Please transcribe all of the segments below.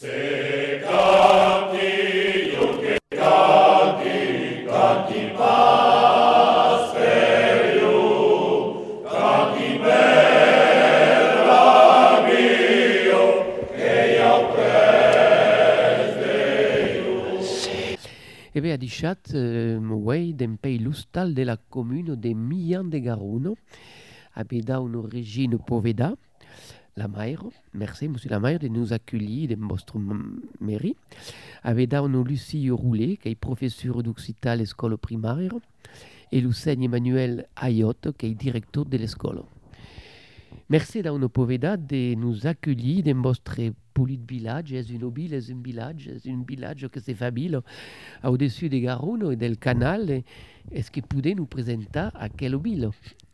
E beh, diciat, uei d'un pei lustal de la comune de Millan de Garuno, abeda una regina poveda, la maire, merci, monsieur la maire, de nous accueillir dans votre mairie. Aveda una Lucie Roulet, qui est professeur d'occitan à l'école primaire, et Lucène Emmanuel Ayot, qui est directeur de l'école. Merci da una poveda de nous accueillir dans votre petit village. C'est un village que c'est fabile, au-dessus de Garuno et del canal. Est-ce que vous pouvez nous présenter à quelle ville?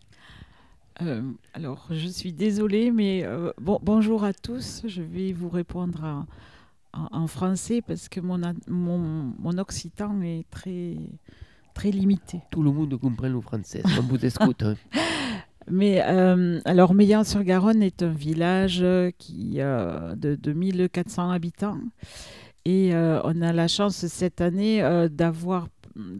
Alors, je suis désolée, mais bonjour à tous. Je vais vous répondre en français parce que mon occitan est très, très limité. Tout le monde comprend le français, on vous écoute. Mais alors, Meillan-sur-Garonne est un village qui de 1400 habitants. Et on a la chance cette année d'avoir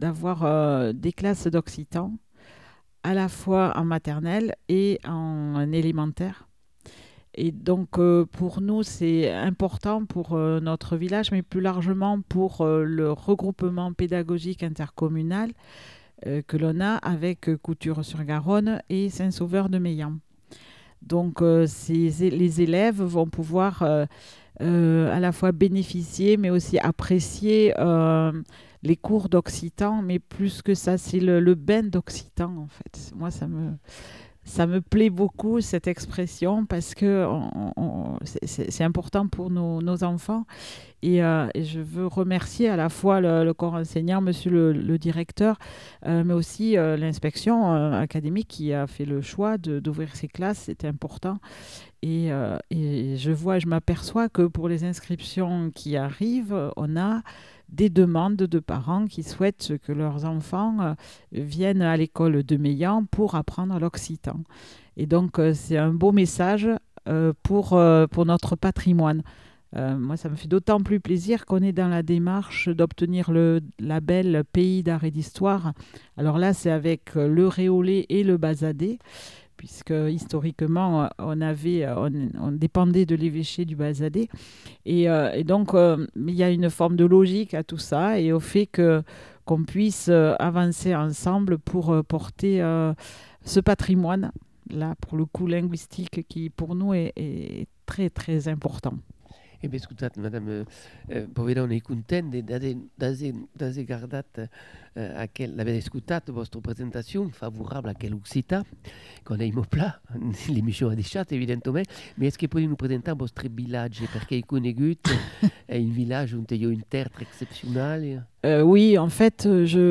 des classes d'occitan, à la fois en maternelle et en élémentaire. Et donc, pour nous, c'est important pour notre village, mais plus largement pour le regroupement pédagogique intercommunal que l'on a avec Couture-sur-Garonne et Saint-Sauveur-de-Meillan. Donc, les élèves vont pouvoir à la fois bénéficier, mais aussi apprécier les cours d'occitan, mais plus que ça, c'est le bain d'occitan, en fait. Moi, ça me plaît beaucoup, cette expression, parce que c'est important pour nos enfants. Et je veux remercier à la fois le corps enseignant, monsieur le directeur, mais aussi l'inspection académique qui a fait le choix d'ouvrir ces classes. C'était important. Et je m'aperçois que pour les inscriptions qui arrivent, on a des demandes de parents qui souhaitent que leurs enfants viennent à l'école de Meillan pour apprendre l'occitan. Et donc, c'est un beau message pour notre patrimoine. Moi, ça me fait d'autant plus plaisir qu'on est dans la démarche d'obtenir le label Pays d'art et d'histoire. Alors là, c'est avec le Réolais et le Bazadais, puisque historiquement, on dépendait de l'évêché du Bazadais. Et donc, il y a une forme de logique à tout ça et au fait qu'on puisse avancer ensemble pour porter ce patrimoine, là, pour le coup linguistique, qui pour nous est très, très important. Eh bien, écoutez, madame Poveda, on est content d'avoir gardé l'avez écouté votre présentation favorable à quel Occità, qu'on a eu plat, l'émission a déjà, évidemment, mais est-ce que vous pouvez nous présenter votre village, parce qu'il est connu, un village où il y a une terre très exceptionnelle? Oui, en fait,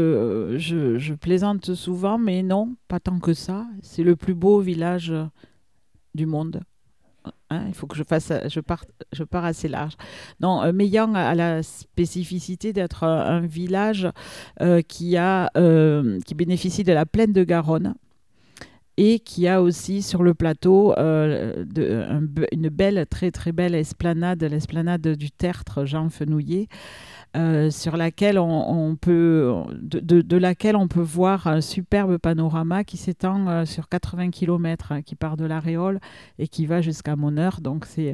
je plaisante souvent, mais non, pas tant que ça. C'est le plus beau village du monde. Il faut que je pars assez large. Non, Meillan a la spécificité d'être un village qui bénéficie de la plaine de Garonne et qui a aussi sur le plateau une belle, très très belle esplanade, l'esplanade du Tertre Jean Fenouillet, sur laquelle de laquelle on peut voir un superbe panorama qui s'étend sur 80 km, qui part de la Réole et qui va jusqu'à Monheure. Donc c'est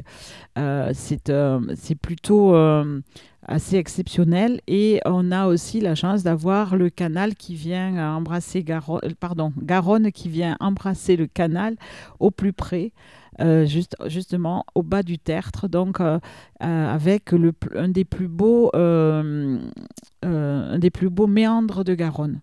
plutôt assez exceptionnel. Et on a aussi la chance d'avoir le canal qui vient embrasser Garonne qui vient embrasser le canal au plus près. Justement au bas du Tertre, donc avec un des plus beaux méandres de Garonne.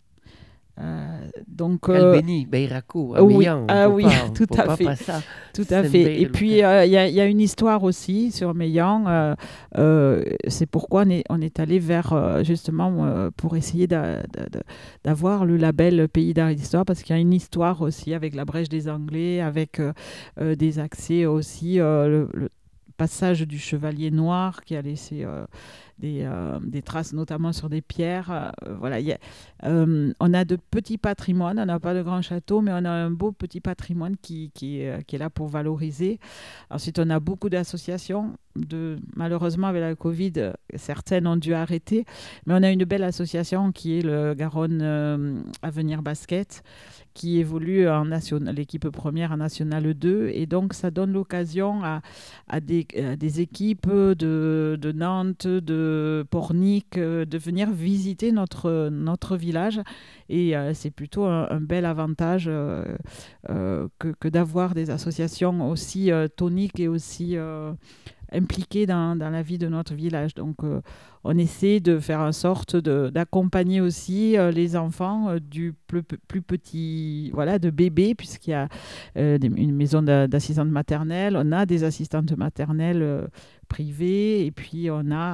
Calbeni, Beiraco, oui, Meillan, oui, tout à fait. Et puis il y a une histoire aussi sur Meillan. C'est pourquoi on est allé vers justement pour essayer d'avoir le label Pays d'art et d'histoire, parce qu'il y a une histoire aussi avec la brèche des Anglais, avec des accès aussi, le passage du Chevalier Noir qui a laissé des traces notamment sur des pierres. Voilà, on a de petits patrimoines, on n'a pas de grands châteaux, mais on a un beau petit patrimoine qui est là pour valoriser. Ensuite, on a beaucoup d'associations malheureusement, avec la Covid, certaines ont dû arrêter. Mais on a une belle association qui est le Garonne Avenir Basket, qui évolue en l'équipe première en National 2. Et donc, ça donne l'occasion à des équipes de Nantes, de Pornic, de venir visiter notre village. Et c'est plutôt un bel avantage que d'avoir des associations aussi toniques et aussi impliquées dans la vie de notre village. Donc, on essaie de faire en sorte d'accompagner aussi les enfants du plus petit, voilà, de bébés, puisqu'il y a une maison d'assistantes maternelles. On a des assistantes maternelles privées, et puis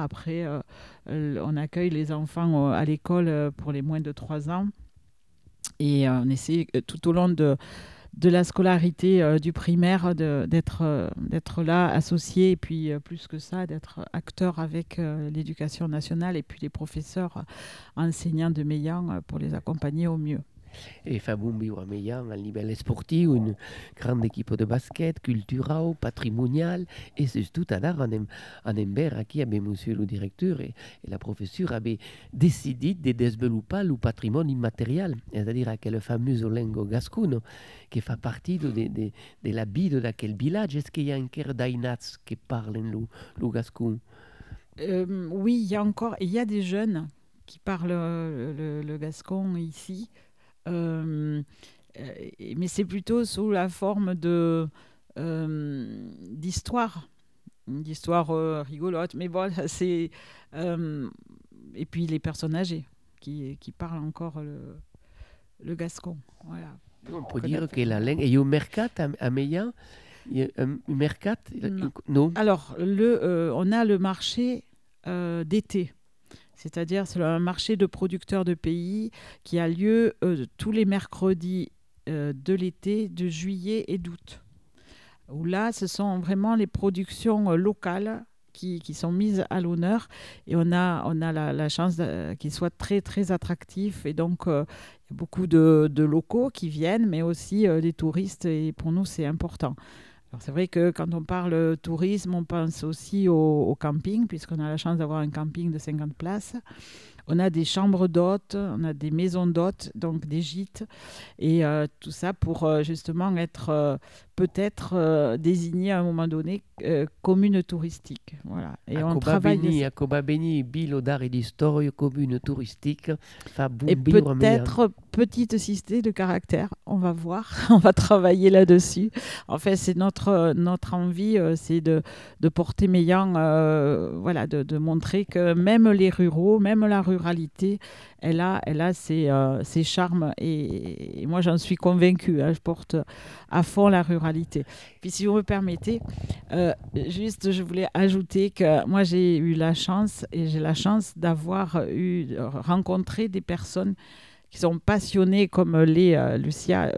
on accueille les enfants à l'école pour les moins de 3 ans. Et on essaie tout au long de la scolarité du primaire d'être là, associé, et puis plus que ça, d'être acteur avec l'éducation nationale et puis les professeurs enseignants de Meillan pour les accompagner au mieux. E fa buon viure a Meillan al livello sportiu, une grande équipe de basket, culturau, patrimonial, et surtout alors anem ver aquí avec monsieur le directeur et la professeure avait décidé de développer le patrimoine immatériel, c'est-à-dire le fameux lingo gascuno qui fait partie de la vie de quel village. Est-ce qu'il y a encore d'ainats qui parlent le gascon? Oui, il y a des jeunes qui parlent le gascon ici. Mais c'est plutôt sous la forme d'histoire, d'histoire rigolote. Mais voilà, c'est et puis les personnes âgées qui parlent encore le gascon. Voilà. On peut dire que la langue. Il y a un mercat à Meillan. Il y a un mercat. Non. Alors, on a le marché d'été. C'est-à-dire, c'est un marché de producteurs de pays qui a lieu tous les mercredis de l'été, de juillet et d'août. Où là, ce sont vraiment les productions locales qui sont mises à l'honneur. Et on a la chance qu'ils soient très, très attractifs. Et donc, il y a beaucoup de locaux qui viennent, mais aussi des touristes. Et pour nous, c'est important. Alors c'est vrai que quand on parle tourisme, on pense aussi au camping, puisqu'on a la chance d'avoir un camping de 50 places. On a des chambres d'hôtes, on a des maisons d'hôtes, donc des gîtes, et tout ça pour justement être peut-être désigné à un moment donné commune touristique. Voilà. Et on travaille à Cobabeni, Bilo d'art et d'histoire, commune touristique, et peut-être petite cité de caractère. On va voir, on va travailler là-dessus. En fait, c'est notre envie, c'est de porter Meillan, voilà, de montrer que même les ruraux, même la ruralité, elle a ses charmes, et moi j'en suis convaincue, hein, je porte à fond la ruralité. Puis si vous me permettez, juste je voulais ajouter que moi j'ai la chance d'avoir rencontré des personnes qui sont passionnées comme Lucia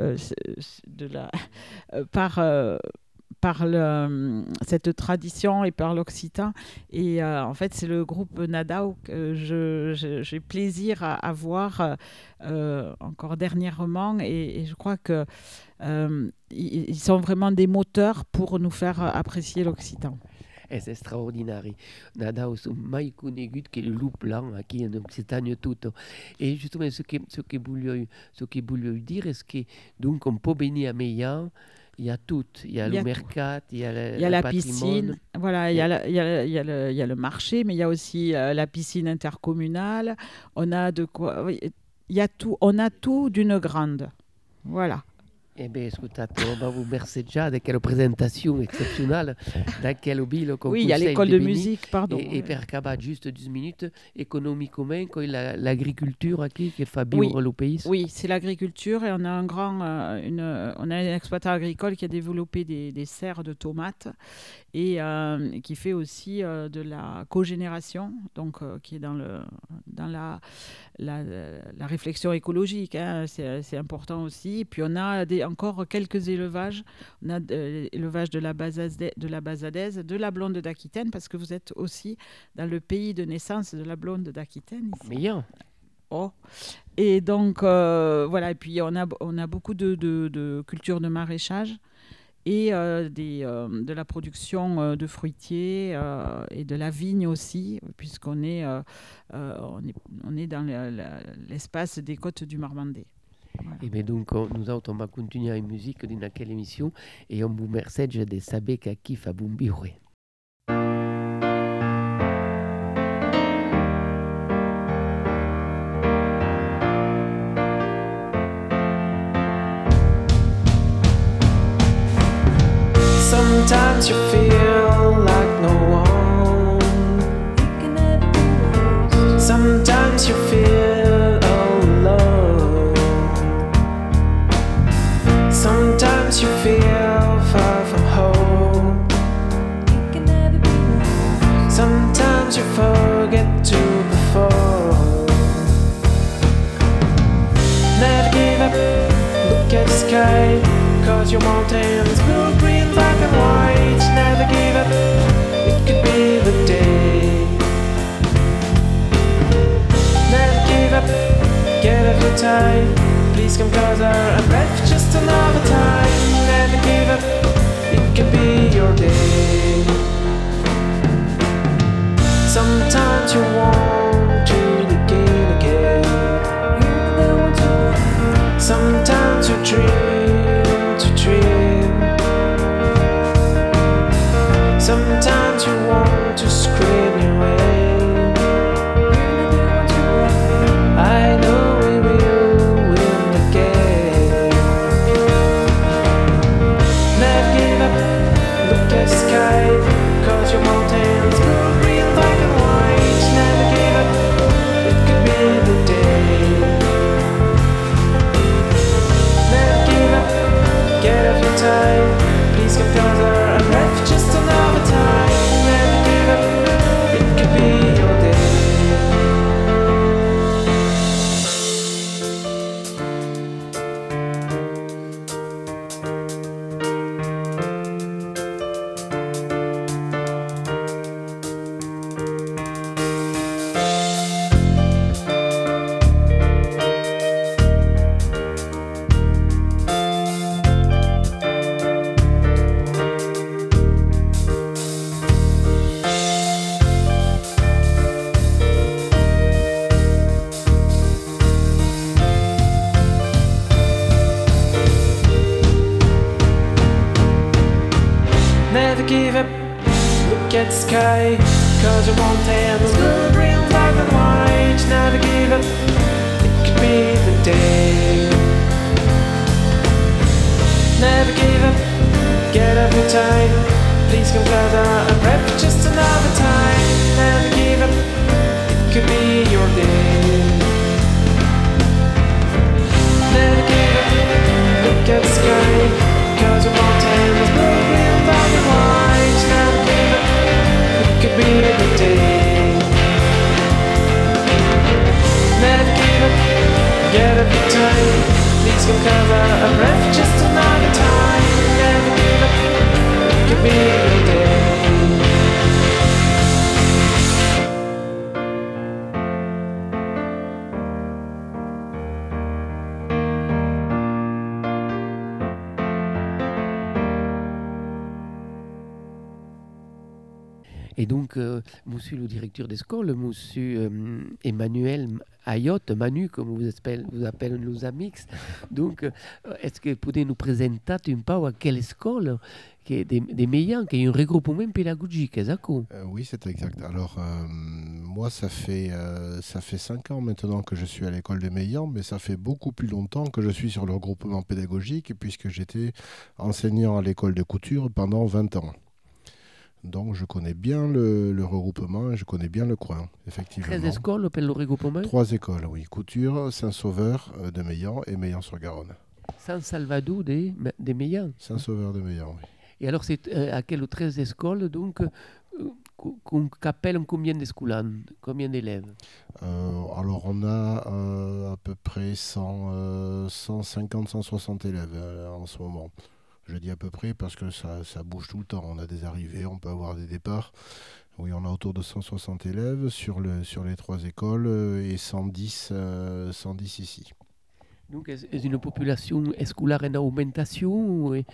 par cette tradition et par l'occitan. Et en fait, c'est le groupe Nadao que j'ai plaisir à voir encore dernièrement. Et je crois que ils sont vraiment des moteurs pour nous faire apprécier l'occitan. C'est extraordinaire. Nada sont mai conegut que le loup blanc qui en Occitanie tout. Et justement, ce que voulais dire, est-ce que donc on peut venir à Meillan. Il y a tout. Il y a le mercat, il y a la piscine. Voilà, il y a le marché, mais il y a aussi la piscine intercommunale. On a de quoi. Il y a tout. On a tout d'une grande. Voilà. Eh bien, scusate, on va vous remercier déjà de quelle présentation exceptionnelle dans quel ville. Oui, il y a l'école de musique, pardon. Et per acabar juste 10 minutes, économiquement, l'agriculture qui fait vivre le pays. Oui, c'est l'agriculture, et on a on a un exploitant agricole qui a développé des serres de tomates, et qui fait aussi de la cogénération, donc qui est dans la réflexion écologique, hein, c'est important aussi. Et puis on a encore quelques élevages. On a l'élevage de la Bazadaise, de la blonde d'Aquitaine, parce que vous êtes aussi dans le pays de naissance de la blonde d'Aquitaine. Meillan. Oh. Et donc voilà, et puis on a beaucoup de cultures de maraîchage. et de la production de fruitiers et de la vigne aussi, puisqu'on est, on est dans l'espace des côtes du Marmandais. Voilà. E beh, dunque, nous va continuare in musica di quella emissione e un buon messaggio di sapere che chi fa buon birre. Sometimes you feel like no one. Sometimes you feel alone. Sometimes you feel far from home. Sometimes you forget to perform. Never give up, look at the sky, 'cause your mountains blue, green, black and white. Never give up, it could be the day. Never give up, get off your time. Please come closer and breath just another time. Never give up, it could be your day. Sometimes you want to begin again. Sometimes you dream to dream. Sometimes you want to scream your way. I know we will win the game. Never give up, look at the sky, 'cause your mountains blue, green, black and white. Never give up, it could be the day. Never give up, get off your time. Please come closer and breath just another time. Never give up, it could be your day. Never give up, look at the sky, 'cause your mountains blue, green, black and white. Never give up, it could be the day. Never give up, get up your time. Please come closer and prep just another time. Never give up, it could be your day. Never give up, look at the sky, 'cause your mountains blue, green, black and white. Never give up, it could be the day. Never give up, get up your time. Please come cover a breath just another time. Never give up, it could be the day. Et donc, monsieur le directeur d'école, monsieur Emmanuel Ayotte, Manu, comme vous appelez nos amis. Donc, est-ce que vous pouvez nous présenter un peu à quelle école des meilleurs, qui est un regroupement pédagogique, exactement? Oui, c'est exact. Alors, moi, ça fait 5 ans maintenant que je suis à l'école des Meillants, mais ça fait beaucoup plus longtemps que je suis sur le regroupement pédagogique, puisque j'étais enseignant à l'école de couture pendant 20 ans. Donc, je connais bien le regroupement et je connais bien le coin, effectivement. 13 écoles pour le regroupement? 3 écoles, oui. Couture, Saint-Sauveur de Meillan et Meillan-sur-Garonne. Saint-Salvador des Meillants? Saint-Sauveur de Meillan, oui. Et alors, c'est à quelles 13 écoles, donc, qu'on appelle combien d'écoles, combien d'élèves? Alors, on a à peu près 150, 160 élèves en ce moment. Je dis à peu près parce que ça bouge tout le temps. On a des arrivées, on peut avoir des départs. Oui, on a autour de 160 élèves sur les 3 écoles et 110 ici. Donc, est-ce une population scolaire en augmentation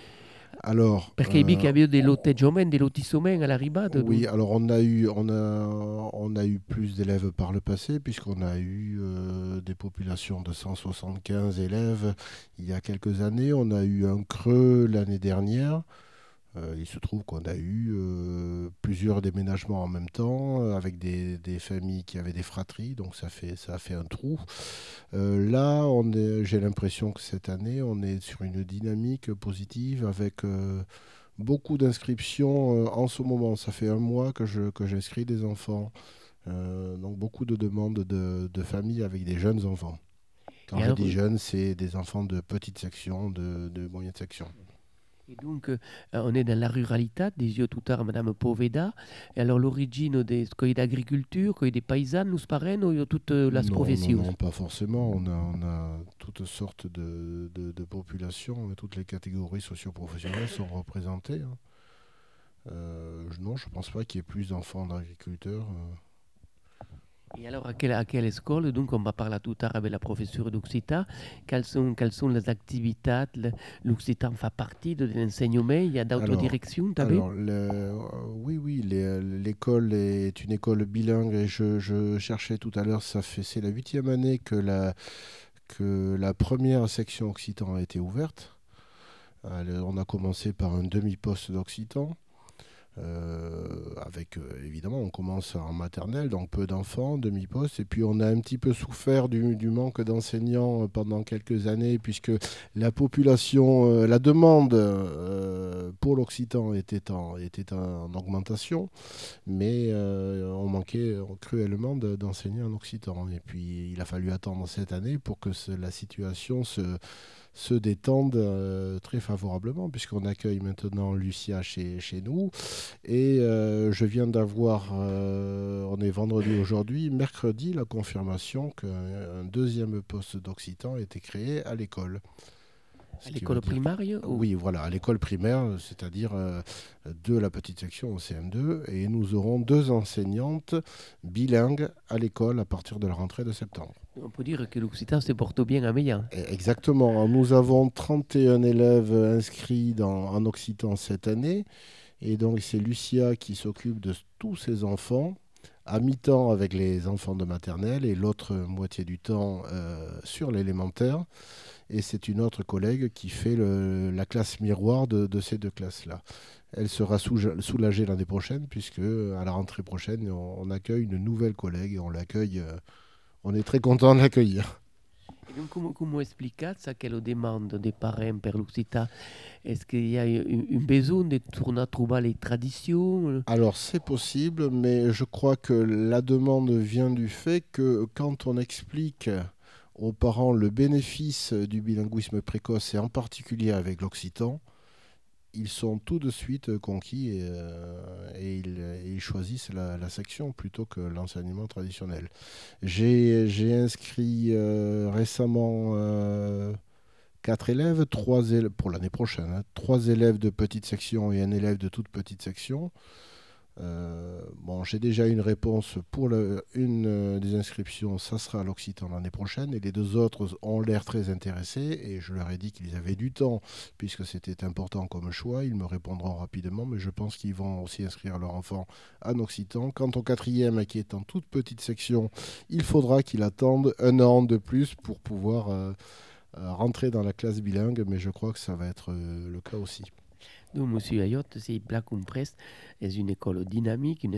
Alors, Perché hai che aveva dei lotteggiamenti, dei lotissements all'arrivata. oui, alors on a eu plus d'élèves par le passé, puisqu'on a eu des populations de 175 élèves il y a quelques années. On a eu un creux l'année dernière. Il se trouve qu'on a eu plusieurs déménagements en même temps, avec des familles qui avaient des fratries, donc ça a fait un trou. Là, j'ai l'impression que cette année, on est sur une dynamique positive avec beaucoup d'inscriptions en ce moment. Ça fait un mois que j'inscris des enfants. Donc beaucoup de demandes de familles avec des jeunes enfants. Quand Et je alors, dis jeunes, c'est des enfants de petite section, de moyenne section. et donc, on est dans la ruralità, diceva tout à l'heure Madame Poveda. Et alors, l'origine des coi d'agriculture, coi des paysans, nous parrainent, ou toute la Non, profession? non, pas forcément. On a toutes sortes de populations, et toutes les catégories socio-professionnelles sont représentées, hein. Non, je pense pas qu'il y ait plus d'enfants d'agriculteurs. Et alors, à quelle école, donc, on va parler tout à l'heure avec la professeure d'Occitan, quelles sont les activités, l'Occitan fait partie de l'enseignement, il y a d'autres Alors, directions, t'as vu? alors oui, l'école est une école bilingue, et je cherchais tout à l'heure, c'est la 8e année que la première section occitan a été ouverte. On a commencé par un demi-poste d'occitan. Avec évidemment, on commence en maternelle, donc peu d'enfants, demi-poste, et puis on a un petit peu souffert du manque d'enseignants pendant quelques années, puisque la population, la demande pour l'occitan était en augmentation, mais on manquait cruellement d'enseignants en occitan. Et puis il a fallu attendre cette année pour que la situation se détende très favorablement, puisqu'on accueille maintenant Lucia chez nous. Et je viens d'avoir, on est vendredi aujourd'hui, mercredi, la confirmation qu'un deuxième poste d'occitan a été créé à l'école. À l'école primaire? Oui, voilà, à l'école primaire, c'est-à-dire de la petite section au CM2. Et nous aurons 2 enseignantes bilingues à l'école à partir de la rentrée de septembre. On peut dire que l'Occitan se porte bien à Meillan. Exactement. Nous avons 31 élèves inscrits en occitan cette année. Et donc, c'est Lucia qui s'occupe de tous ces enfants, à mi-temps avec les enfants de maternelle et l'autre moitié du temps sur l'élémentaire. Et c'est une autre collègue qui fait la classe miroir de ces 2 classes-là. Elle sera soulagée l'année prochaine, puisque à la rentrée prochaine, on accueille une nouvelle collègue et on l'accueille. On est très content de l'accueillir. Et donc, comment expliquer ça, quelle demande des parents pour l'Occitan? Est-ce qu'il y a un besoin de tourner à trouver les traditions? Alors c'est possible, mais je crois que la demande vient du fait que quand on explique aux parents le bénéfice du bilinguisme précoce, et en particulier avec l'occitan, ils sont tout de suite conquis et ils choisissent la section plutôt que l'enseignement traditionnel. J'ai inscrit récemment 4 élèves, 3 élèves pour l'année prochaine, hein, 3 élèves de petite section et un élève de toute petite section. Bon, j'ai déjà une réponse pour une des inscriptions, ça sera à l'occitan l'année prochaine, et les 2 autres ont l'air très intéressés, et je leur ai dit qu'ils avaient du temps, puisque c'était important comme choix. Ils me répondront rapidement, mais je pense qu'ils vont aussi inscrire leur enfant en occitan. Quant au 4e, qui est en toute petite section, il faudra qu'il attende 1 an de plus pour pouvoir rentrer dans la classe bilingue, mais je crois que ça va être le cas aussi. Donc, Monsieur Ayot, c'est Black Press, est une école dynamique,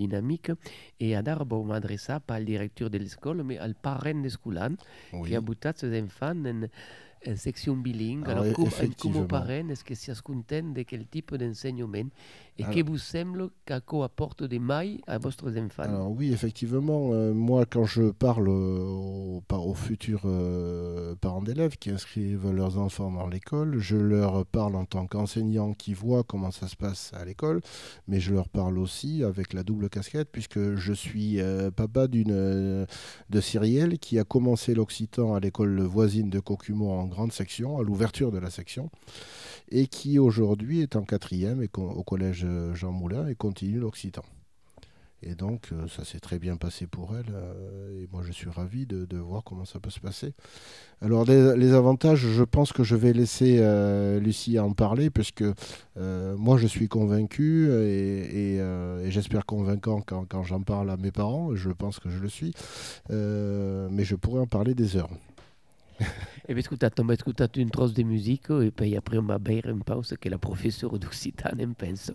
et à Darbo m'adressa pas le directeur de l'école, mais al parrain de l'école, Oui. qui a buttat ses enfants en section bilingue. Alors, Alors, effectivement. comme parrain, est-ce que si content de quel type d'enseignement et Alors- que vous semble qu'aco apporte des mailles à votre enfant? Alors oui, effectivement, moi quand je parle aux futurs parents d'élèves qui inscrivent leurs enfants dans l'école, je leur parle en tant qu'enseignant qui voit comment ça se passe à l'école, mais je leur parle aussi avec la double casquette, puisque je suis papa de Cyrielle qui a commencé l'occitan à l'école voisine de Cocumont en grande section, à l'ouverture de la section, et qui aujourd'hui est en 4e au collège Jean Moulin et continue l'occitan. Et donc, ça s'est très bien passé pour elle. Et moi, je suis ravi de voir comment ça peut se passer. Alors, les avantages, je pense que je vais laisser Lucie en parler, puisque moi, je suis convaincu et j'espère convaincant quand j'en parle à mes parents. Je pense que je le suis. Mais je pourrais en parler des heures. E beh, ascoltato, ma ascoltato un trozo di musica e poi apriamo a bere un pausa che la professore d'Occitane penso.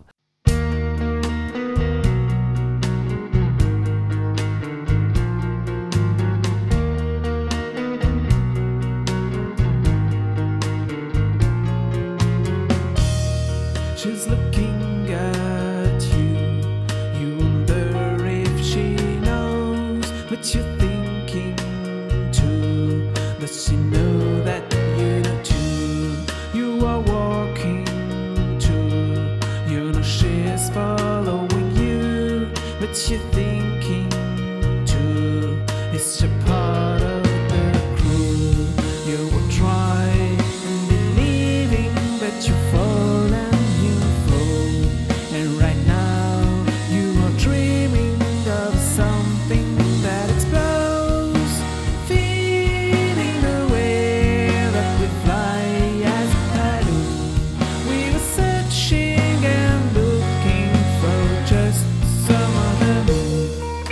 She's looking at you. You wonder if she knows what you're thinking too. Does she know that you know too? You are walking too. You know she's following you, but you're thinking too. It's a part of the crew. You will try believing that you fall and you fall. And right now you are dreaming of something that explodes, feeling the way that we fly as balloon. We were searching and looking for just some other moon.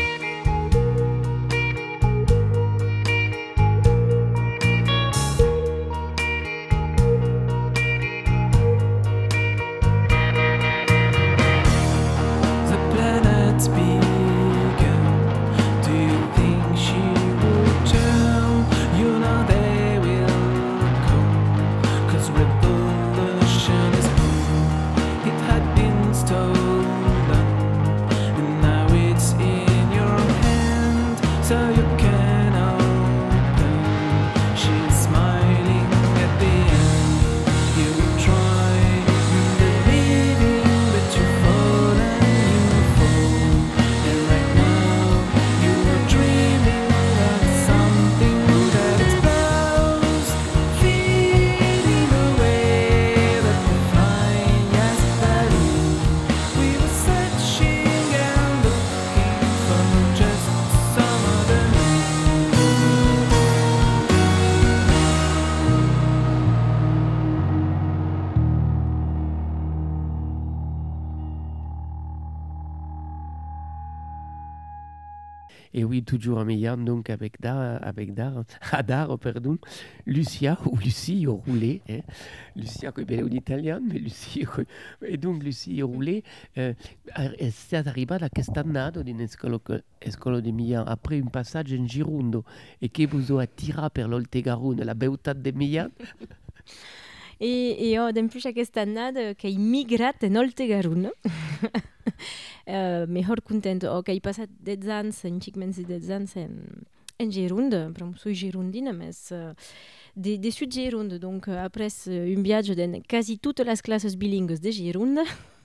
The planets began. Do you think she will turn? You know they will come. 'Cause revolution is on. It had been stolen, and now it's in your hand, so you can open. She's smiling at the end. You will try believing, but you fall and you fall. And right now you are dreaming of something that explodes, feeling the way that we fly as a balloon. We were searching and looking for just some other moon. Et oui, toujours en meilleur, donc Adar, pardon, Lucia, ou Lucie Roulé, Lucia qui è un italiano, mais Lucie, e donc Lucie Roulé, è stata arrivata quest'anno in scuola di Milano, après un passaggio in Girondo, e che vous a attiré per l'Oltegaron, la beutat de Milano. E ho d'empús aquesta annada que he migrat en Oltegarun. Mejor contento. Ho que he passat 10 anys, un xic menys de 10 anys en Gironde, però soy girondina, mais de sud Gironde. Donc, après un viatge de quasi toutes les classes bilingues de Gironde,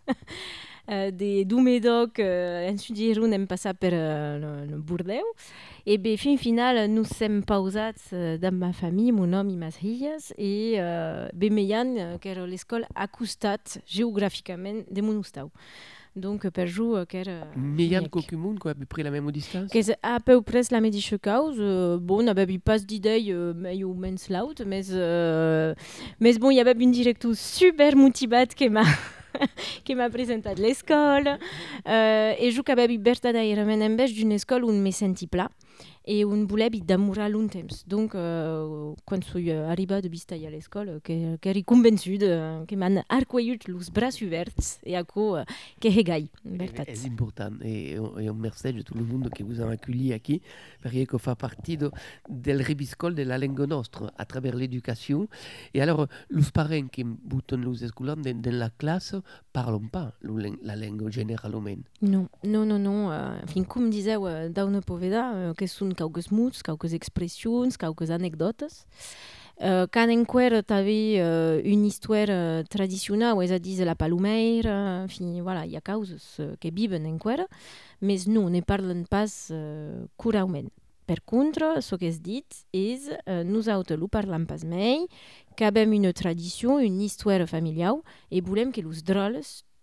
du Médoc en sud Gironde hem passat per le Bordeaux. Et bien, final, nous sommes pausats dans ma famille, mon homme et mes filles, et Bemeyan, qui est l'école à costat géographiquement de mon hostal. Donc, per jour, qui est... Milano Cocumun, quoi, à peu près la même distance. Que c'est à peu près la même chose. Bon, on n'avait pas d'idée, mais au moins laut, mais bon, il y avait une directrice super motivée qui m'a présenté l'école. Et je avais verdaderament envers d'une école où je me sentais plat. Et on voulait d'amour long temps. Donc, quand je suis arrivée de Bistaï à l'école, que j'étais convaincue que m'ont accueilli les bras ouverts et à quoi que j'ai gagné. C'est important. Et on remercie tout le monde qui vous a accueilli ici, parce que fait partie du rebiscol de la langue nostra à travers l'éducation. Et alors, les parents qui buttent les écoles dans la classe ne parlent pas la langue généralement. Non. Enfin, comme disait Dauna Poveda, que sont quelques mots, quelques expressions, quelques anecdotes. Quand encara t'avais une histoire traditionnelle, où ils disent la palomera, enfin, voilà, il y a causes qui vivent encara, mais non, ne parlent pas couramment. Per contre, ce que es dit és, nosaltres lo parlam pas mai, que avem una tradició, una histoire familiar, i volem que els droles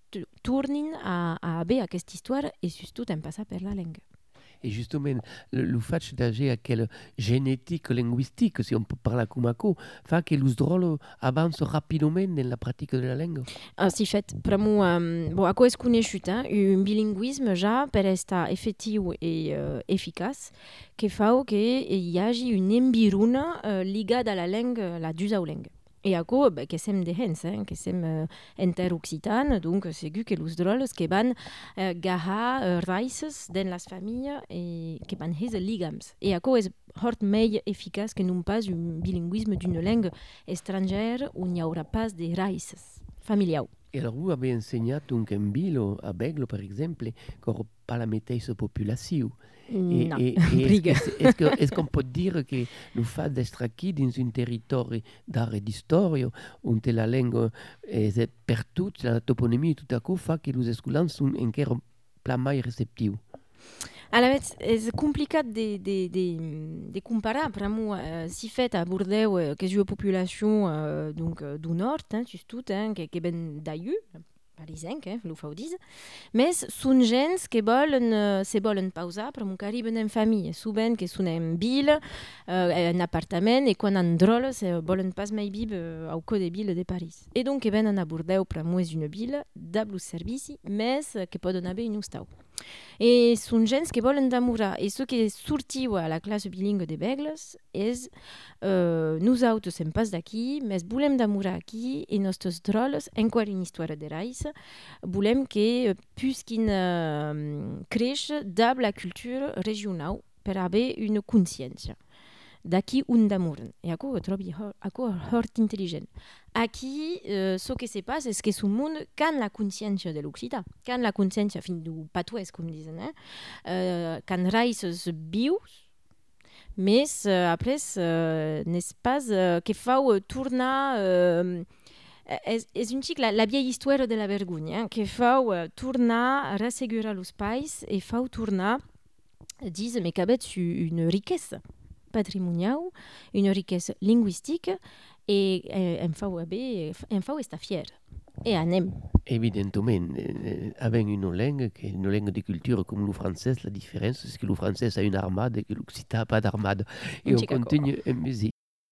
tornin a haver aquesta història i surtot en passar per la llengua. Et justement, le fait d'agir à quelle génétique linguistique, si on peut parler comme ça, fait que les drôles avancent rapidement dans la pratique de la langue. Si fet, pramo, ako és conegut, un bilinguisme ja per estar efectiu i eficaç, que fa que hi hagi un environa ligat a la langue, la dusa langue. Et ako, que sem de hens, que sem interoccitan, donc segur que los droles que van gaha raïces dans les familles et que van hese ligams. Et ako és hort mai eficaç que non pas un bilinguisme d'une langue étrangère où il n'y aura pas de raïces familiaux. Et alors, vous avez enseigné donc en Bilo, à Beglo par exemple, qu'on n'a pas la métisse population. Non, Est-ce qu'on peut dire que le fait d'être acquis dans un territoire d'art et d'histoire, où la langue est partout, la toponymie tout à coup, fait que les étudiants sont encore plus réceptifs? Alors, és complicat de comparar, pramo, si fet a Bordeaux, que és una població donc, du nord, justot, que ven d'allù, parisenc, lo fau dis, mais són gens que se volen pausar, però que arriben en família, souvent que són en ville, en apartament, i quan han droles volen pas mai viure au cor de ville de París. I donc que venen a Bordeaux, però és una ville, d'ablos servicis, més que poden haver un hostal. I són gens que volen demorar. I ce que sortiu a la classe bilingue de Begles és nosaltres sem pas d'aquí, més volem demorar aquí i nostres droles, encara una història de raïs, volem que puguin créixer dins la cultura regional per haver una consciència d'aquí on demoren. I això ho trobo hort intel·ligent. Aquí, ce que se passa és que és un món can la consciència de l'occità, can la consciència fins du patuès, com diuen, can raïces vius, més après n'est pas que fau tornar és un xic la vieille història de la vergonya, que fau tornar a ressegurar los pais i fau tornar a dir que avets una riquesa patrimonial, une riquesa lingüistique et em fau estar fier. Et anem. Évidemment, avec une langue de culture comme le français, la différence c'est que le français a une armade et que l'occitan n'a pas d'armade. Et on continue en musique.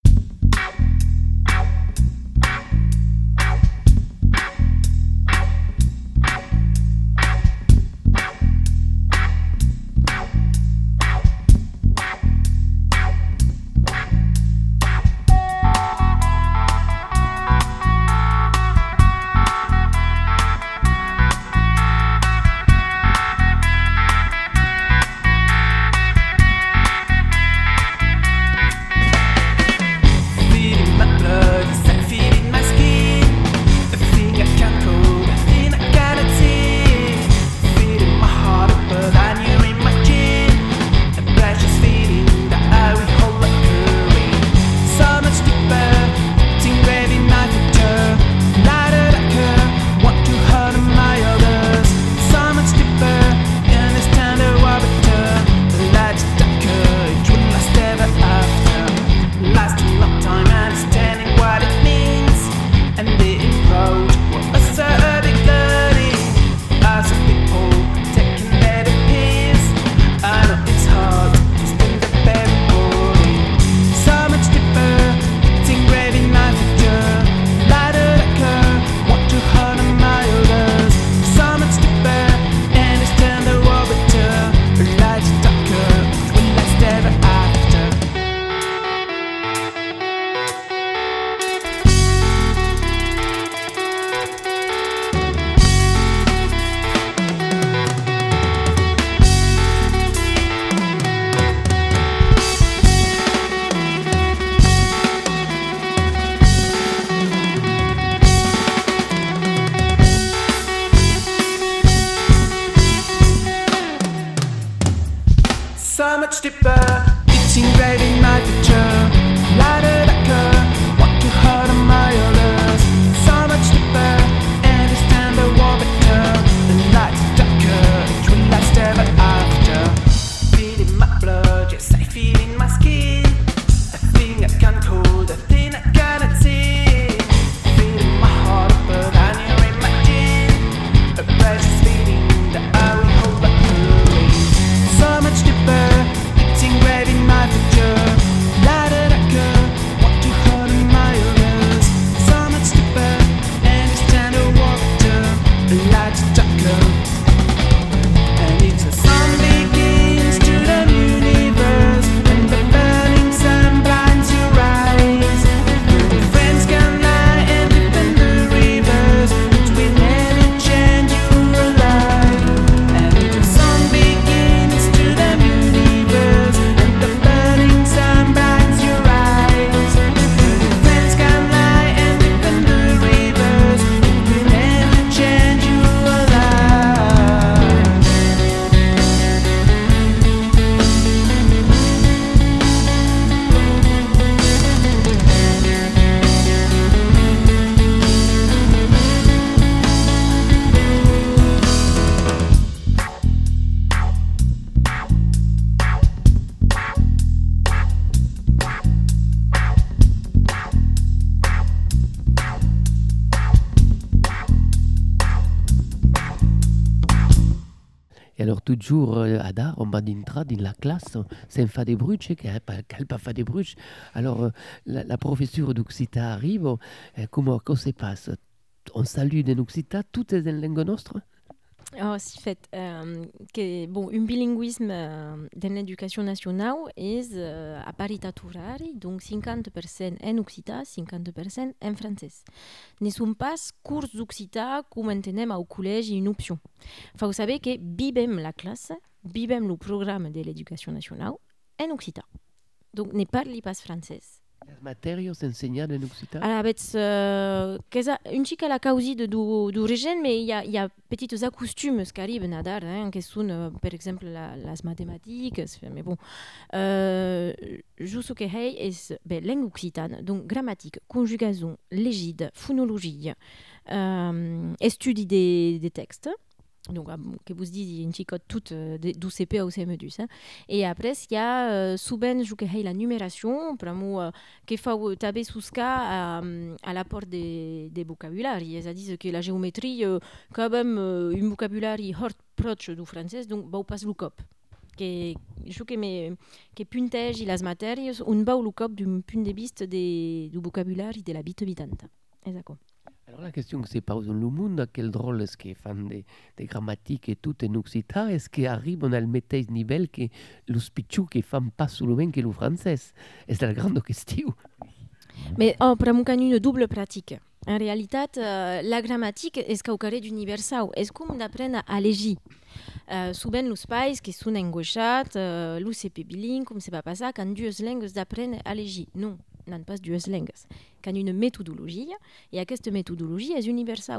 So much deeper, it's engraved in my picture. Lighter darker, what to hurt on my others. So much deeper, and it's time to war better. The light's darker, it will last ever after. Feeling my blood, yes, I feel in my skin. A thing I can't hold, a thing I cannot see. Feeling my heart, but I knew imagine. toujours Ada, on va dintre dans la classe, c'est fa des bruits, qu'elle pas fa des bruits. Alors, la professeure d'Occitan arrive, comment se passe? On salue en Occitan, tout est en langue nostre? Oh, si fait, bon, un bilinguisme dans l'éducation nationale est à paritat horari, donc 50% en occitan, 50% en français. Ne sont pas cours d'occitan comme entenem au collège une option. Faut savoir que bibem la classe, bibem le programme de l'éducation nationale en occitan. Donc ne parli pas français. Les matières s'enseignent en Occitan? Alors, une chica la causi d'origine, mais il y a petites acostumes qui arrivent à dar, qui sont, par exemple, les mathématiques, mais bon. Juste que est langue occitane, donc grammatique, conjugaison, légide, phonologie, étude des textes. Donc, que vous dites, une chicote toute du CP au CM2. Et après, il y a souvent la numération, qui fait taber sous cas à l'apport des vocabulaires. C'est-à-dire que la géométrie, quand même, un vocabulaire hors proche du français, donc, on passe le cop. Que puntage les matières, on va le cop d'un point de vue du vocabulaire de la bite habitante. Exactement. Alors la question que se pose dans le monde, quel drôle est-ce qu'ils font des grammatiques et tout en occitan, est-ce qu'ils arrivent à le même niveau que les pitchous qui ne font pas seulement que le français? C'est la grande question. Mais pour moi, il y a une double pratique. En réalité, la grammatique est au carré d'universal. Est-ce qu'on apprend à légir? Souvent, les pays qui sont angoissés, le CP bilingue, comme c'est pas ça, quand deux langues apprennent à légir. Non. Non pas deux langues, quand une méthodologie, et cette méthodologie est universelle.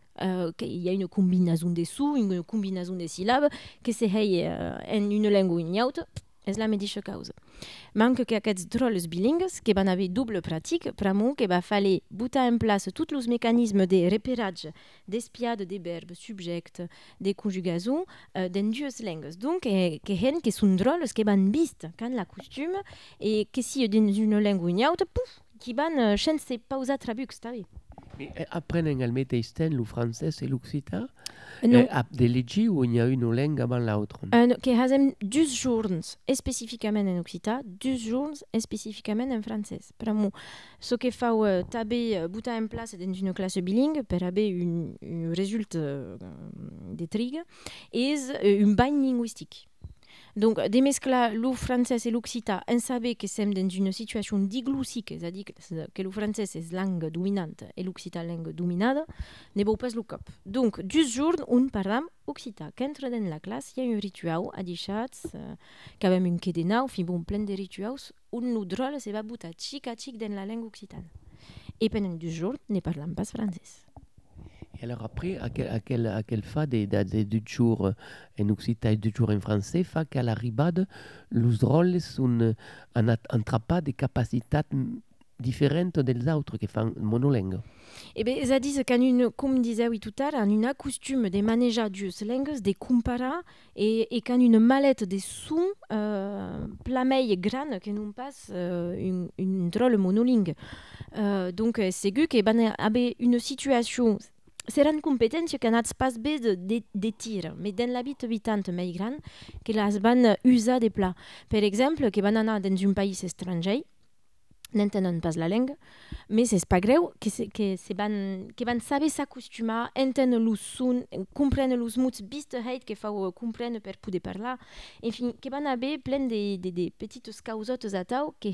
Il y a une combinaison des sous, une combinaison des syllabes, que c'est en une langue ou une autre, c'est la même chose. Manque qu'aquests drôles bilingues, qui van avoir double pratique, pramo que va falloir botter en place tous les mécanismes de repérage, d'espiade des verbes, subjects, des conjugaisons dans deux langues. Donc, que sont drôles, qui van vist quand la costume, et que si dans une langue ou une autre, pouf, qui van changer pausa traduc, c'est-à-dire. Mais apprennent al mateix temps le français et l'occitan? Non. De légir ou il y a une langue avant l'autre? Que hasem 2 jours spécifiquement en occitan, 2 jours spécifiquement en français. Per moi, ce que fait taber botter en place dans une classe bilingue pour avoir un résultat de trigue est un bain linguistique. Donc, démescler le français et l'occitan, on savait que c'est dans une situation diglossique, c'est-à-dire que le français est langue dominante et l'occitan langue dominante, ne vaut pas le cap. Donc, 2 jours, on parle occitan. Quand on entre dans la classe, il y a un rituel à 10 chats, quand même une quai de nau, bon, plein de rituels, où nous drôle, c'est va bouter chic à chic dans la langue occitane. Et pendant 2 jours, ne parlons pas français. Et alors après, à quel fa des 2 jours en occitan et 2 jours en français, fa qu'à l'arrivée, les drôles sont entrapés des capacités différentes des autres qui font monolingue. Eh bien, ça dit que, comme disait oui tout à l'heure, une costume de manéger deux langues, de comparer, et quand une mallette de sons, plameille grande, que nous passe une drôle monolingue. Donc, c'est que ben avait une situation. C'est une compétence qui n'a pas de tir, mais dans l'habit habitante mais grand, que las van usa des plats. Par exemple, que van anar dans un pays étranger, n'entenen pas la langue, mais c'est pas greu, que van saber s'acostumer, entendre le son, comprendre les mots bisteheit que faut comprendre pour pouvoir parler. Enfin, que van avoir plein de petites causotes à tau que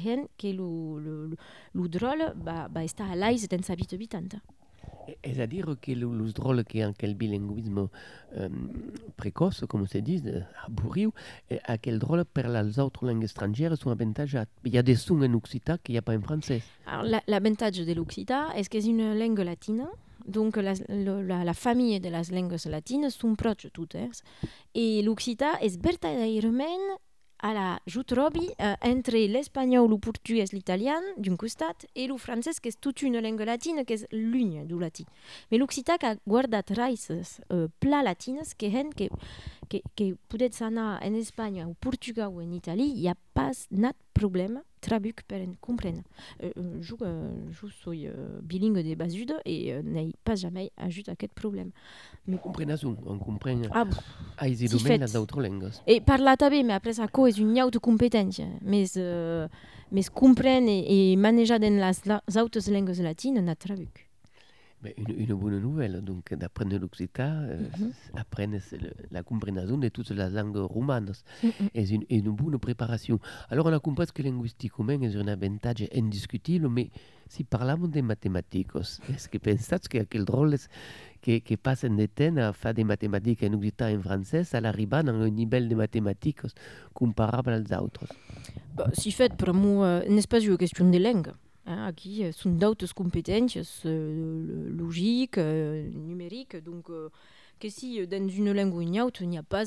le drôle est à l'aise dans sa vie habitante. C'est-à-dire que les drôles qui ont quel bilinguisme précoce, comme se dit, aburriu, à quel drôle pour les autres langues étrangères sont avantagés. Il y a des sons en occitan qu'il n'y a pas en français. Alors, l'avantage de l'occitan est que c'est une langue latine. Donc, la famille de les langues latines sont proches toutes. Et l'occitan est vertaderament à la jutrobi entre l'espagnol, le portugais, l'italien d'un costat et le français qui est toute une langue latine qui est l'une du latin. Mais l'occitan a guardat raïces plats latines que que peut-être ça n'a en Espagne, au Portugal ou en Italie, il n'y a pas de problème traduc per comprendre. Je suis bilingue de basude et n'ai pas jamais ajouté à quel problème. Comprenação, on comprend Ah, ai si domaines fet. d'autres langues. et parla també, mais après ça és une autre compétence. Mais comprendre et manejar dans les autres langues latines n'a traduc. Mais une bonne nouvelle, donc d'apprendre l'occitan, apprendre la compréhension de toutes les langues romanes. Et une bonne préparation. Alors on a compris que linguistiquement est un avantage indiscutible, mais si parlons des mathématiques, est-ce que pensate que quel drôle que passen de temps à faire des mathématiques en occitan et en français, à l'arrivée à un niveau de mathématiques comparable aux autres? Si fait, per moi, n'est pas une question de langue. Aquí sont d'autres compétences logiques, numériques, donc que si dans une langue ou une autre, il n'y a pas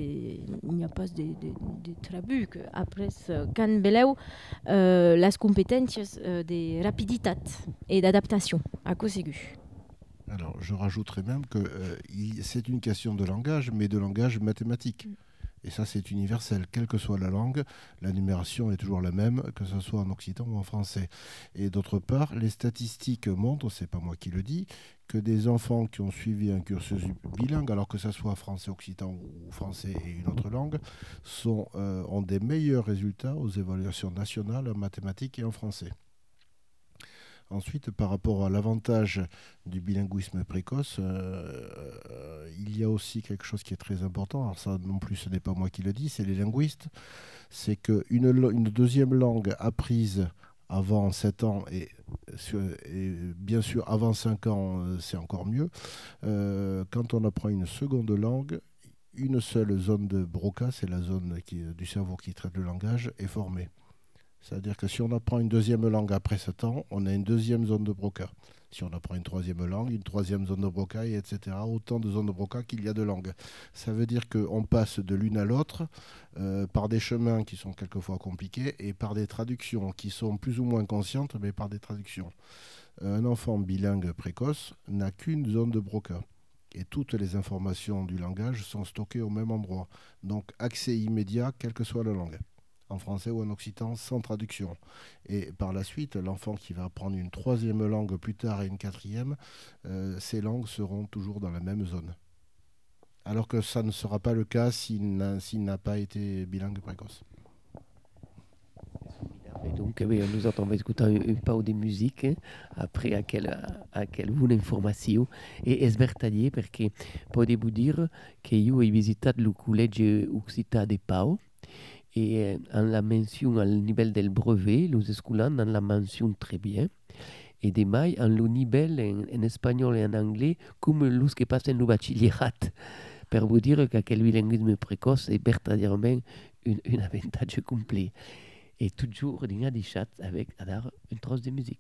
de traduc. Après, quand beleu, les compétences de rapidité et d'adaptation, à cause aigu. Alors, je rajouterais même que c'est une question de langage, mais de langage mathématique. Et ça, c'est universel. Quelle que soit la langue, la numération est toujours la même, que ce soit en occitan ou en français. Et d'autre part, les statistiques montrent, c'est pas moi qui le dis, que des enfants qui ont suivi un cursus bilingue, alors que ce soit français, occitan ou français et une autre langue, ont des meilleurs résultats aux évaluations nationales en mathématiques et en français. Ensuite, par rapport à l'avantage du bilinguisme précoce, il y a aussi quelque chose qui est très important. Alors ça non plus, ce n'est pas moi qui le dis, c'est les linguistes. C'est qu'une deuxième langue apprise avant 7 ans et bien sûr avant 5 ans, c'est encore mieux. Quand on apprend une seconde langue, une seule zone de Broca, c'est la zone du cerveau qui traite le langage, est formée. C'est-à-dire que si on apprend une deuxième langue après 7 ans, on a une deuxième zone de Broca. Si on apprend une troisième langue, une troisième zone de Broca, et etc. Autant de zones de Broca qu'il y a de langues. Ça veut dire qu'on passe de l'une à l'autre par des chemins qui sont quelquefois compliqués et par des traductions qui sont plus ou moins conscientes, mais par des traductions. Un enfant bilingue précoce n'a qu'une zone de Broca. Et toutes les informations du langage sont stockées au même endroit. Donc accès immédiat, quelle que soit la langue. En français ou en occitan, sans traduction. Et par la suite, l'enfant qui va apprendre une troisième langue plus tard et une quatrième, ces langues seront toujours dans la même zone. Alors que ça ne sera pas le cas s'il n'a pas été bilingue précoce. Et donc, nous on va écouter un peu de musique après à quelle bonne information. Et es vertaglier perché podevo dire che io ho visitato il Collegio Occitan de Pau. Et en la mention au niveau del brevet, les écoles en la mention très bien. Et demain, en le niveau en espagnol et en anglais, comme les qui passent le bachillerato. Pour vous dire que quel bilinguisme précoce est vertadirement un avantage complet. Et toujours, il y a des chats avec Adar, une trosse de musique.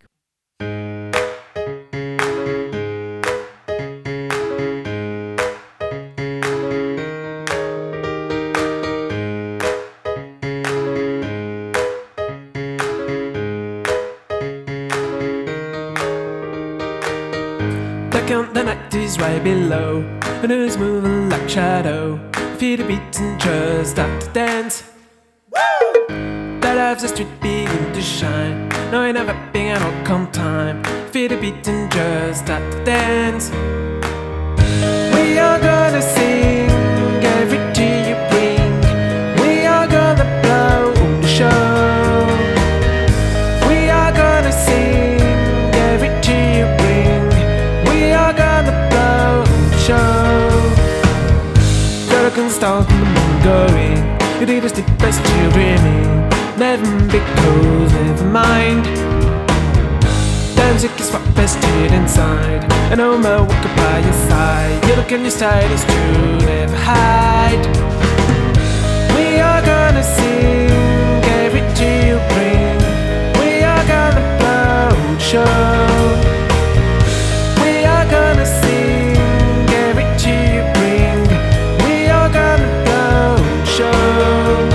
The night is right below, and it's moving like shadow. Feet are beating, just start to dance. Woo! That loves the street begin to shine. Knowing of vaping and all come time. Feet are beating, just start to dance. We are gonna sing every tea you bring. We are gonna blow the show. We are gonna sing every tea you bring. We are gonna blow the show. Can start in the moon going. You did us the best you're dreaming. Never big clothes, never mind. The music is what best did inside. And no more walk by your side. You look and your style is true, never hide. We are gonna sing every tea you bring. We are gonna blow the show. We are gonna sing every tea you bring. We are gonna blow the show.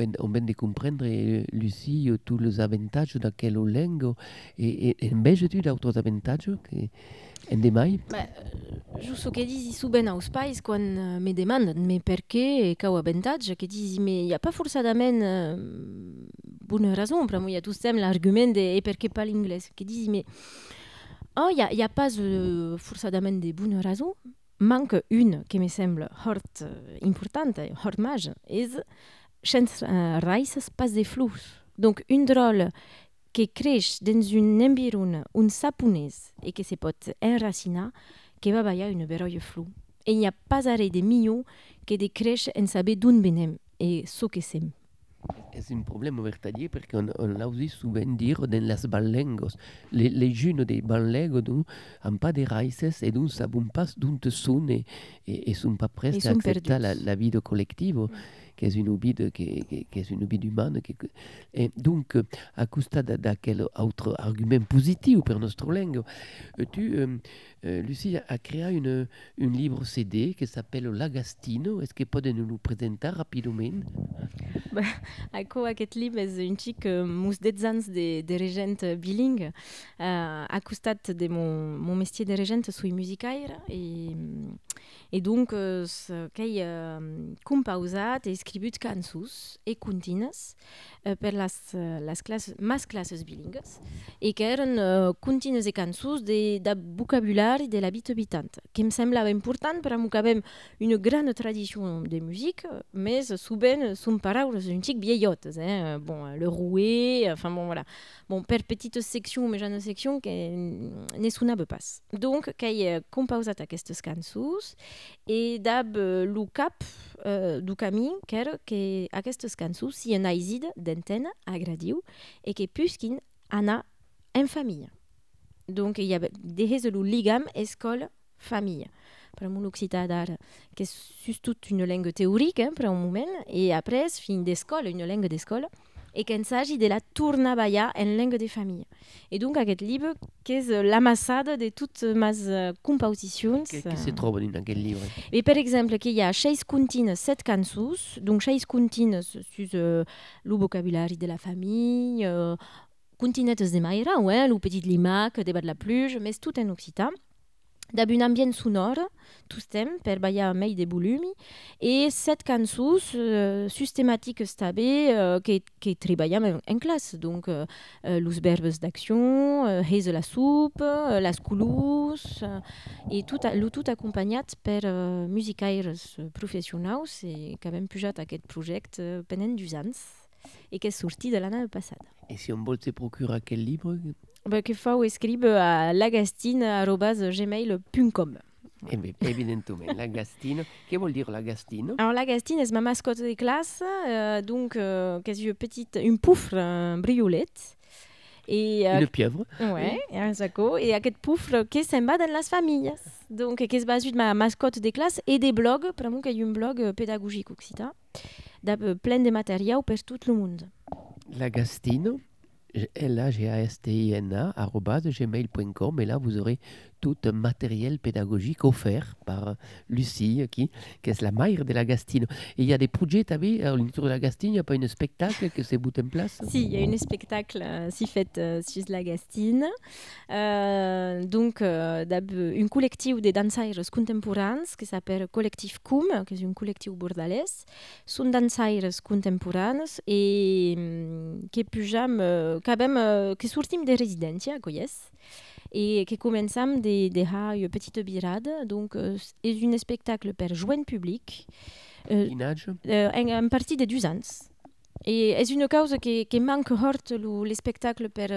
ben de comprendre, Lucie, tous les avantages d'aquelle langue et invece tu d'autres avantages que en demai? Giusto che disi su ben aus pais quan me demanden me perché e cau avantatge che disi me y a pas forçadament bona raison per moi y a tout sem l'argument de e perché pas l'inglès che disi me y a pas forçadament de bona raison manque une que me semble hort importante hort mage és sense raïsses pas de flux donc un drôle que creix dans un environ un saponès et que se pot enracinar que va ballar une beroia flou. Et il n'y a pas arrêt de millor que de créixer en saber d'on venem et ce que sem. És un problema vertadier perquè on l'a aussi souvent dire dans les balengos. Les jeunes des balengos n'ont pas de raïces et donc savent pas d'où sont et sont pas prêts à accepter la vie collective. Qui est une vie qui est une vie humaine. Et donc, à causa d'aquel autre argument positif pour notre langue, tu, Lucie, a créé un livre CD qui s'appelle L'Agastino. Est-ce que peut nous le présenter rapidement? Aquest llibre és un xic mus 10 anys de regent bilingue. A costat de mon métier de regent sui musicaire et donc qu'ei compausat e escrivut cançons e contines per las classes bilingues e que eren contines e cançons de vocabulari de la vita habitant que em semblava important per que avem una grande tradició de musique mais souvent són paraules un xic vieillotes bon, le rouet, enfin bon voilà bon, per petites seccions mais jeunes seccions que ne sonava pas donc qu'ei compausat aquestes cançons e dab lo cap du camí que aquestes cançons si en aïsid d'antena agradiu e que pusquin anar en famille. Donc il y a des lo ligam escola-famille. Per mon l'occità d'ara, que és tot una langue teorique per un moment, et après, fin d'escola, una langue d'escola, et qu'il s'agit de la tornar a ballar en langue de famille. Et donc aquest llibre, que és l'amassada de toutes mes composicions. Què se troba en aquest llibre? Et per exemple, qu'il y a 6 contines, 7 cançons, donc 6 contines sur le vocabulari de la famille, continetes de maire, le petit limac, debat de la pluge, mais tout en occitan. D'ab un ambient sonore, tout temps, per ballar mei de volumi, et 7 cançons systématiques stabé que treballem en classe. Donc, los verbes d'action, hez la soupe, las colors, et tout accompagnat per musicaires professionals et que hem pujat aquest projecte pendant 2 anys et que és sortit de l'any passat. Et si on vol se procurar aquest llibre? Que fau escribe a lagastine@gmail.com. Evidentement, l'Agastino. Què vol dir l'Agastino? Alors l'Agastine és ma mascotte de classe, donc qu'est un poufre, un briolet. Et, une pieuvre. Ouais, un saco. Et aquest poufre que se'n va dans les familles. Donc, que és basut ma mascotte de classe et des blogs, per moi, qu'il y a un blog pédagogique occitan, plein de matériel per tout le monde. L'Agastino, LAGASTINA, @gmail.com, et là vous aurez tout un matériel pédagogique offert par Lucie, qui est la mère de l'Agastino. Et il y a des projets, tu as vu, à l'unité de l'Agastino, il n'y a pas un spectacle qui s'est mis en place? Si, il y a un spectacle si fait sur l'Agastine. Donc, un collectif de dansaires contemporains qui s'appelle Collectif CUM, qui est un collectif bordalès. Sont dansaires contemporains et qui pujam, que sortim de residència, coyes. Et que començam de une petite birade. Donc, és un spectacle per joint public. Quin âge? En partir de 2 ans. Et és una causa que manque hort le spectacle per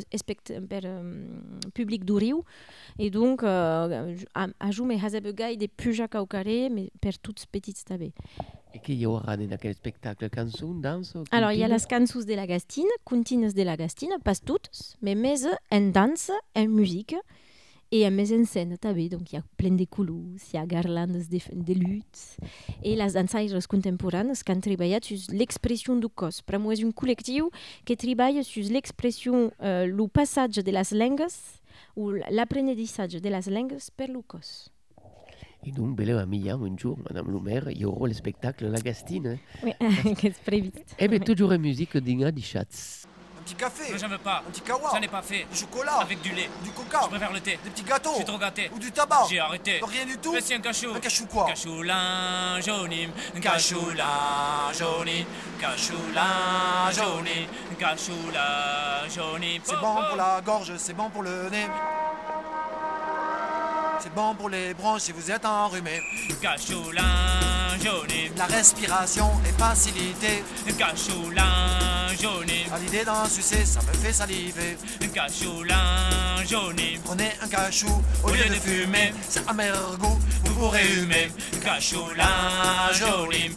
public d'Uriu. Et donc, ajume hasebe gai de puja caucaré, mais per toutes petites tabé. Et qu'il y aura dans quel spectacle? Cançons, danse? Alors, il y a les cançons de l'Agastine, contines de l'Agastine, pas toutes, mais en danse, en musique et en mise en scène també. Donc, il y a plein de couleurs, il y a garlandes de luttes. Et les dansaires contemporanes qui ont travaillé sur l'expression du cos. Pour moi, c'est un collectif qui travaille sur l'expression, le passage de les langues ou l'apprentissage de les langues per le cos. Et donc, belle à Millan, un jour, Madame le maire, il y aura le spectacle La Gastine. Oui, qu'est-ce prévist. Eh bien, toujours en musique d'Inga di Schatz. Un petit café, Non, j'en veux pas. un petit kawa, J'en ai pas fait. du chocolat, Avec du lait. du coca, Je préfère le thé. des petits gâteaux, Je suis trop gâté. ou du tabac. J'ai arrêté. Rien du tout. Mais si un cachou. Un cachou quoi? Cachoulin jauni, cachoulin jauni, cachoulin jauni, cachoulin jauni. C'est bon pour la gorge, c'est bon pour le nez. C'est bon pour les bronches si vous êtes enrhumé. Cachoulin jauni, La respiration est facilitée. cachoulin jauni, À l'idée d'en sucer, ça me fait saliver. cachoulin jauni. Prenez un cachou au lieu de fumer. C'est amer goût, vous pourrez humer. Cachoulin jauni,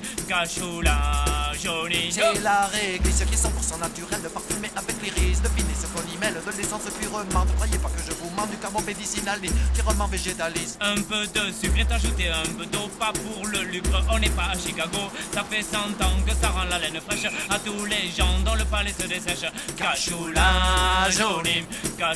cachoulin jauni. C'est la réglisse qui est 100% naturelle, parfumée avec l'iris de finesse qu'on y mêle de l'essence purement. Ne croyez pas que je vous mens du carbone médicinal ni purement végétaliste. Un peu de sucre, viens t'ajouter un peu d'eau, pas pour le lucre, on n'est pas à Chicago. Ça fait 100 ans que ça rend la laine fraîche à tous les gens dont le palais se dessèche. Cachoulin jauni,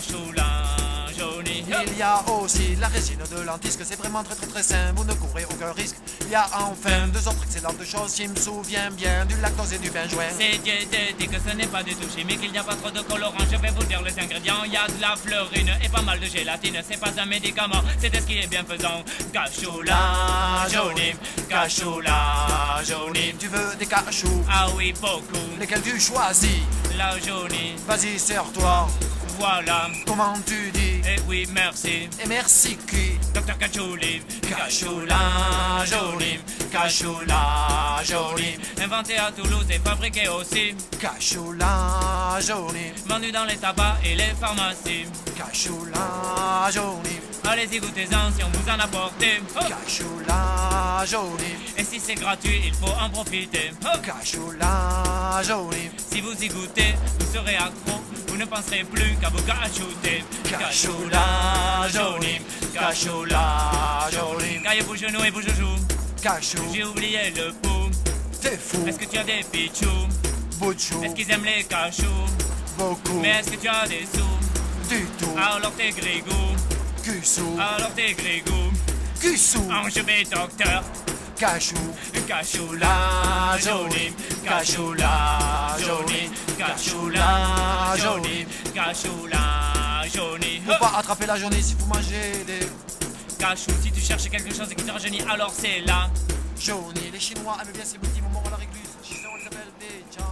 cachoulin jauni. Il y a aussi la résine de lentisque, c'est vraiment très très très sain, vous ne courez aucun risque. Il y a enfin deux autres excellentes choses, je me souviens bien du lactose et du benjoin. C'est diététique, ce n'est pas du tout chimique, il n'y a pas trop de colorants, je vais vous dire les ingrédients. Il y a de la fleurine et pas mal de gélatine, c'est pas un médicament, c'est ce qui est bienfaisant. Cachoulin jauni, cachoulin jauni. Tu veux des cachous, Ah oui, beaucoup, lesquels tu choisis? la jauni, Vas-y, serre-toi, voilà. comment tu dis? Eh oui, merci, Et merci qui? Docteur Cachouli, cachoulin jauni, cachoulin jauni. Inventé à Toulouse et fabriqué aussi, Cachoulin jauni, vendu dans les tabacs et les pharmacies. cachoulin jauni, Allez-y, goûtez-en si on vous en apporte. Oh. cachoulin jauni, Et si c'est gratuit, il faut en profiter. Oh. cachoulin jauni, Si vous y goûtez, vous serez accro. Vous ne penserez plus qu'à vous cachoter. Cachoulin jauni, cachoulin jauni. Caillez vos genoux et vos joujoux. cachou, J'ai oublié le pouls. t'es fou, Est-ce que tu as des pichous? bout de chou, Est-ce qu'ils aiment les cachous? beaucoup, Mais est-ce que tu as des sous? du tout, Alors t'es grégou. cussou, Alors t'es grégou. cussou, Enjebé docteur. cachou, Cachoulin jauni, cachoulin jauni, cachoulin jauni, cachoulin jauni. faut pas attraper la journée si vous mangez des Cachou, si tu cherches quelque chose qui te rajeunit, alors c'est là. jaunis. Les Chinois aiment bien ces petits moments à la réglisse, chez eux on les appelle des chans.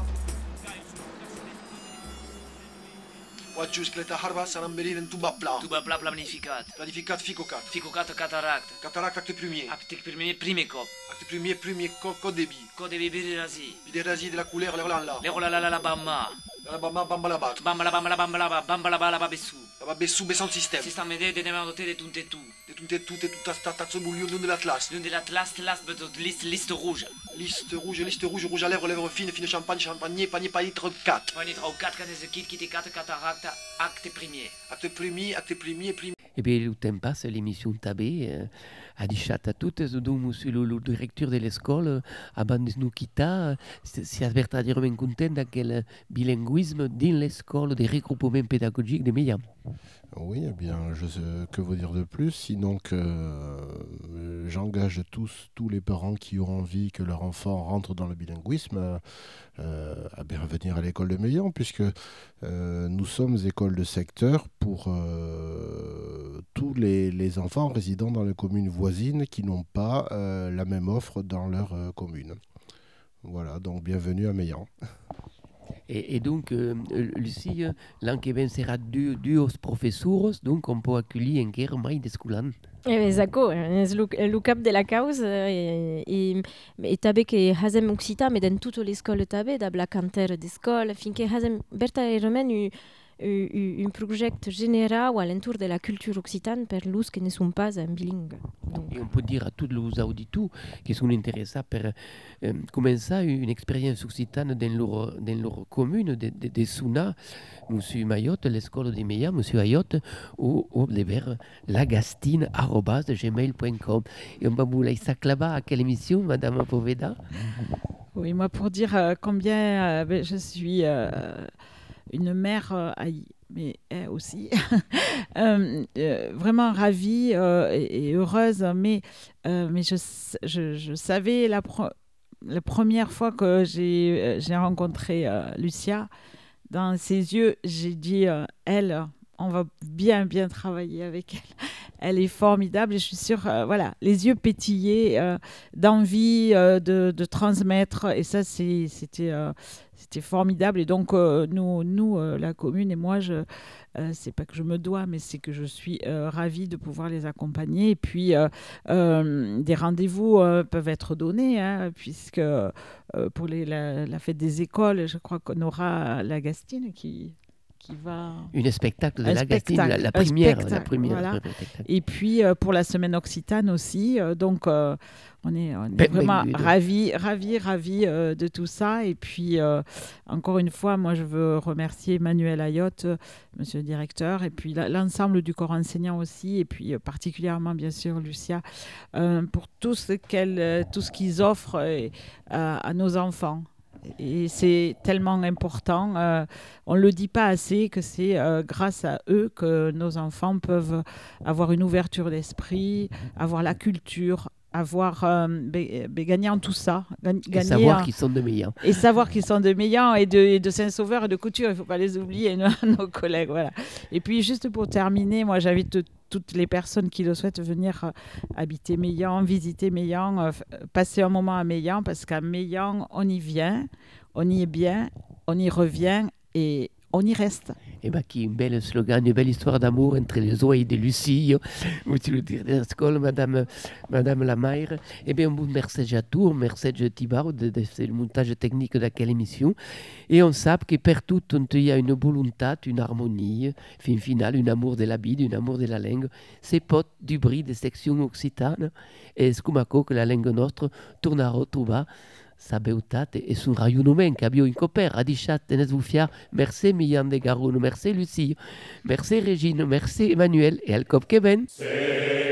Wachus cleta harba saramberin en tuba pla. Tuba pla planificat. Planificat ficocat. Ficocat cataract. Cataracte acte premier. Acte premier prime cop. Acte premier code débit. Code birirazi. Bidérasi de la couleur, l'air là. Le rola la bamba. La bamba bamba la bac. Bamba la bamba la bamba la bamba la bamba la bessu. La baba sous baissant le système. Système de demandote de tout et tout. De tout et tout à taxe bouillon de l'Atlas. L'une de l'Atlas, last but liste rouge. Liste rouge, rouge à lèvres fine, fine champagne, champagné, panier, litre 4. On est 3 ou 4 quand c'est quitte qui 4 cataracte, acte premier. Acte premier, premier. Eh bien, le temps passe, l'émission Tabé a dit chat à toutes, donc monsieur le directeur de l'école, avant de nous quitter, si verdaderement content d'aquel bilinguisme dans l'école des regroupements pédagogiques de Meillan. Oui, eh bien, que vous dire de plus, sinon que j'engage tous les parents qui ont envie que leur enfant rentre dans le bilinguisme à bien venir à l'école de Meillan, puisque nous sommes école de secteur pour tous les enfants résidant dans les communes voisines qui n'ont pas la même offre dans leur commune. Voilà, donc bienvenue à Meillan. Et donc, Lucie, l'an qui vient sera duos professeurs, donc on peut accueillir encara mai d'escolant. Zako, le cap de la cause et tabe que hazem occita, mais dans toutes les écoles tabe, da la canter d'école, fin que hazem berta et romaine un projet général à l'entour de la culture occitane pour l'us qui ne sont pas un bilingue. Donc. Et on peut dire à tous les auditeurs qui sont intéressés par commencer une expérience occitane dans leur commune de Souna, Monsieur Mayotte, l'école de Meillan, Monsieur Ayotte, ou le vers lagastine@gmail.com. Et on va vous laisser là-bas à quelle émission, Madame Poveda? Oui, moi pour dire combien je suis une mère mais elle aussi. Vraiment ravie et heureuse, mais je savais la première fois que j'ai rencontré Lucia, dans ses yeux, j'ai dit, elle, on va bien travailler avec elle. Elle est formidable et je suis sûre, voilà, les yeux pétillés d'envie de transmettre. Et ça, c'était formidable. Et donc, nous la commune et moi, c'est pas que je me dois, mais c'est que je suis ravie de pouvoir les accompagner. Et puis, des rendez-vous peuvent être donnés, hein, puisque pour la fête des écoles, je crois qu'on aura la Gastine qui va... Une spectacle de Un la Gastine, spectacle, la un première. spectacle, voilà. Spectacle. Et puis, pour la semaine occitane aussi. Donc, on est Ben, vraiment ben, ravis de tout ça. Et puis, encore une fois, moi, je veux remercier Emmanuel Ayotte, monsieur le directeur, et puis l'ensemble du corps enseignant aussi, et puis particulièrement, bien sûr, Lucia, pour tout ce qu'ils offrent à nos enfants. Et c'est tellement important. On ne le dit pas assez que c'est grâce à eux que nos enfants peuvent avoir une ouverture d'esprit, avoir la culture, gagner en tout ça. Et savoir qu'ils sont de meilleurs. Et savoir qu'ils sont de Meillan et de Saint-Sauveur et de Couture. Il ne faut pas les oublier, nos collègues. Voilà. Et puis, juste pour terminer, moi, j'invite toutes les personnes qui le souhaitent venir habiter Meillan, visiter Meillan, passer un moment à Meillan, parce qu'à Meillan, on y vient, on y est bien, on y revient et on y reste. Et bien, qui est un bel slogan, une belle histoire d'amour entre les oreilles de Lucie, vous le dire de l'école, Madame Lamaire. Et bien, un bon merci à tous, un merci à Thibaut de le montage technique de quelle émission. Et on sait que per tout, il y a une volonté, une harmonie, fin finale, un amour de la vie, un amour de la langue. C'est pas du bris des sections occitanes. Et c'est comme que la langue notre tourne à retrouver sa beautat et son rayonnement qu'abbiamo in coper a dichat tenes vous fiar. Merci Mian de Garoun, merci Lucie, merci Régine, merci Emmanuel et al cop que ben.